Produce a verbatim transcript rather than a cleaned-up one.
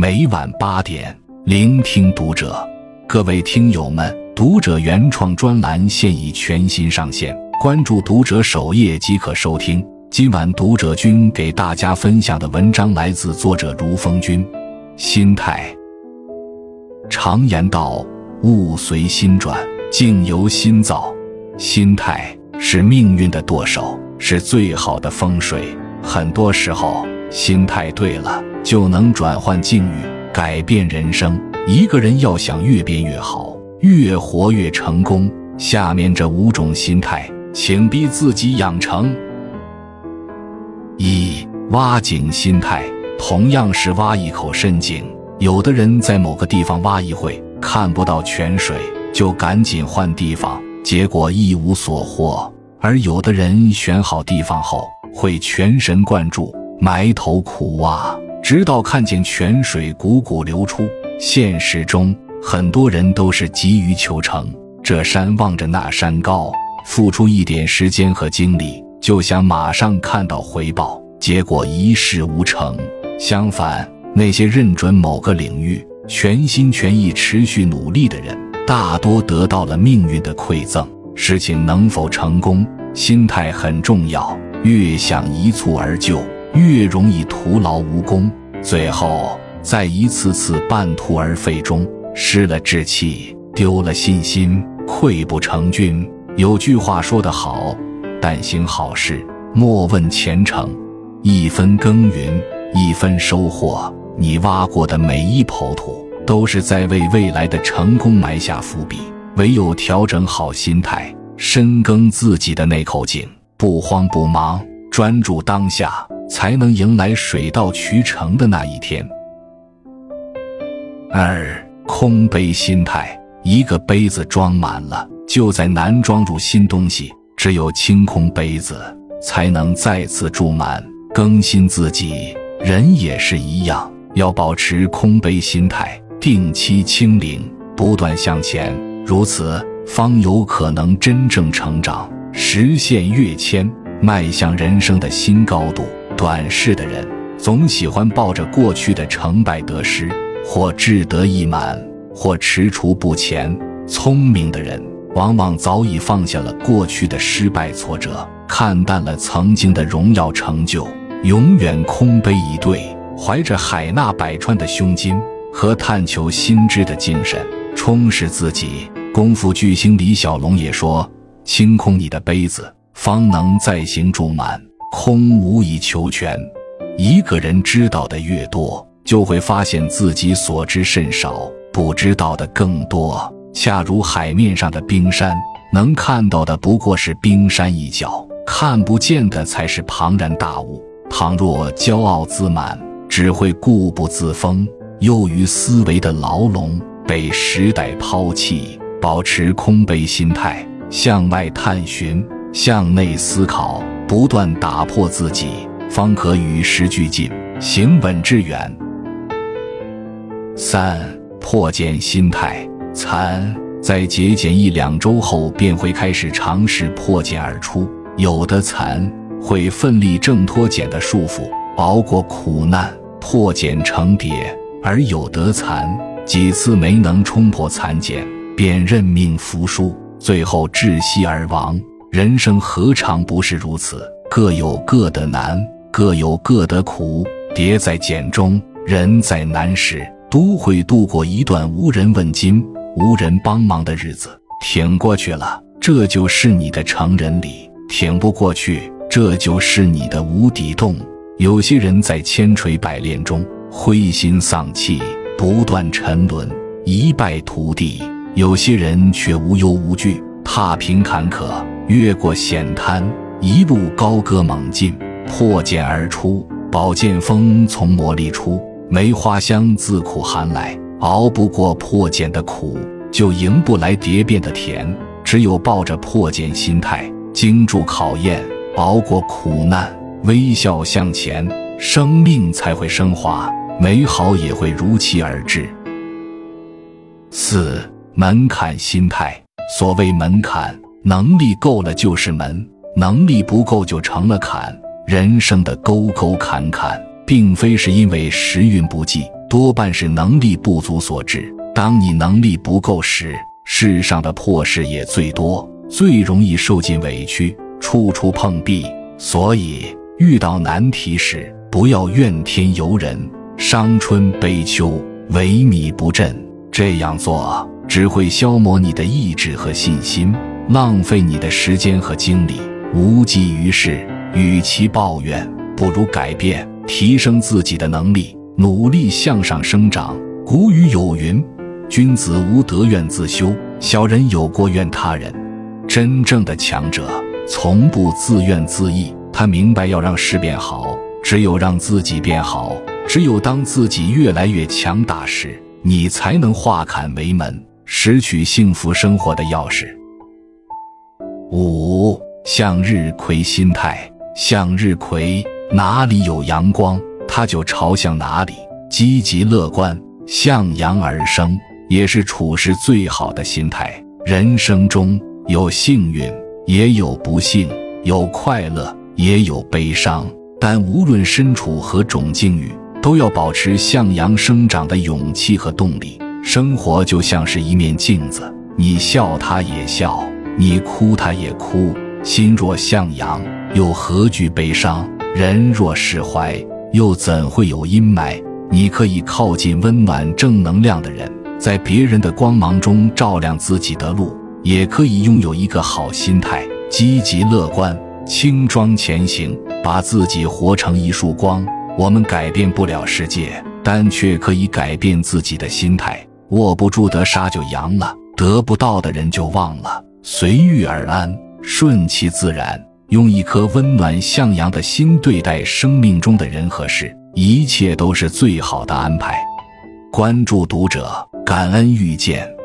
每晚八点，聆听读者。各位听友们，读者原创专栏现已全新上线，关注读者首页即可收听。今晚读者君给大家分享的文章来自作者如风君。心态。常言道，物随心转，境由心造。心态是命运的舵手，是最好的风水。很多时候，心态对了，就能转换境遇，改变人生。一个人要想越变越好，越活越成功，下面这五种心态，请逼自己养成。一、挖井心态。同样是挖一口深井，有的人在某个地方挖一会，看不到泉水，就赶紧换地方，结果一无所获；而有的人选好地方后，会全神贯注，埋头苦挖，直到看见泉水汩汩流出。现实中，很多人都是急于求成，这山望着那山高，付出一点时间和精力，就想马上看到回报，结果一事无成。相反，那些认准某个领域，全心全意持续努力的人，大多得到了命运的馈赠。事情能否成功，心态很重要，越想一蹴而就，越容易徒劳无功，最后在一次次半途而废中，失了志气，丢了信心，溃不成军。有句话说得好，但行好事，莫问前程。一分耕耘，一分收获，你挖过的每一抔土，都是在为未来的成功埋下伏笔。唯有调整好心态，深耕自己的那口井，不慌不忙，专注当下，才能迎来水到渠成的那一天。二、空杯心态。一个杯子装满了，就再难装入新东西，只有清空杯子，才能再次注满，更新自己。人也是一样，要保持空杯心态，定期清零，不断向前，如此方有可能真正成长，实现跃迁，迈向人生的新高度。短视的人总喜欢抱着过去的成败得失，或志得意满，或踟蹰不前。聪明的人往往早已放下了过去的失败挫折，看淡了曾经的荣耀成就，永远空杯以对，怀着海纳百川的胸襟和探求新知的精神，充实自己。功夫巨星李小龙也说，清空你的杯子，方能再行注满，空无以求全。一个人知道的越多，就会发现自己所知甚少，不知道的更多。恰如海面上的冰山，能看到的不过是冰山一角，看不见的才是庞然大物。倘若骄傲自满，只会固步自封，囿于思维的牢笼，被时代抛弃。保持空杯心态，向外探寻，向内思考，不断打破自己，方可与时俱进，行稳致远。三、破茧心态。蚕在节俭一两周后便会开始尝试破茧而出，有的蚕会奋力挣脱茧的束缚，熬过苦难，破茧成蝶；而有的蚕几次没能冲破蚕茧，便认命服输，最后窒息而亡。人生何尝不是如此，各有各的难，各有各的苦。蝶在茧中，人在难时，都会度过一段无人问津，无人帮忙的日子。挺过去了，这就是你的成人礼；挺不过去，这就是你的无底洞。有些人在千锤百炼中灰心丧气，不断沉沦，一败涂地；有些人却无忧无惧，踏平坎坷，越过险滩，一路高歌猛进，破茧而出。宝剑锋从磨砺出，梅花香自苦寒来。熬不过破茧的苦，就迎不来蝶变的甜。只有抱着破茧心态，经住考验，熬过苦难，微笑向前，生命才会升华，美好也会如期而至。四、门槛心态。所谓门槛，能力够了就是门，能力不够就成了坎。人生的沟沟坎坎，并非是因为时运不济， 多半是能力不足所致。当你能力不够时，世上的破事也最多，最容易受尽委屈，处处碰壁。所以遇到难题时，不要怨天尤人，伤春悲秋，萎靡不振。这样做只会消磨你的意志和信心，浪费你的时间和精力，无济于事。与其抱怨，不如改变，提升自己的能力，努力向上生长。古语有云：君子无德怨自修，小人有过怨他人。真正的强者从不自怨自艾，他明白要让事变好，只有让自己变好，只有当自己越来越强大时，你才能化坎为门，拾取幸福生活的钥匙。五、向日葵心态。向日葵哪里有阳光，它就朝向哪里，积极乐观，向阳而生，也是处事最好的心态。人生中有幸运，也有不幸，有快乐，也有悲伤，但无论身处何种境遇，都要保持向阳生长的勇气和动力。生活就像是一面镜子，你笑它也笑，你哭它也哭。心若向阳，又何惧悲伤？人若释怀，又怎会有阴霾？你可以靠近温暖正能量的人，在别人的光芒中照亮自己的路，也可以拥有一个好心态，积极乐观，轻装前行，把自己活成一束光。我们改变不了世界，但却可以改变自己的心态。握不住的沙就扬了，得不到的人就忘了，随遇而安，顺其自然，用一颗温暖向阳的心对待生命中的人和事，一切都是最好的安排。关注读者，感恩遇见。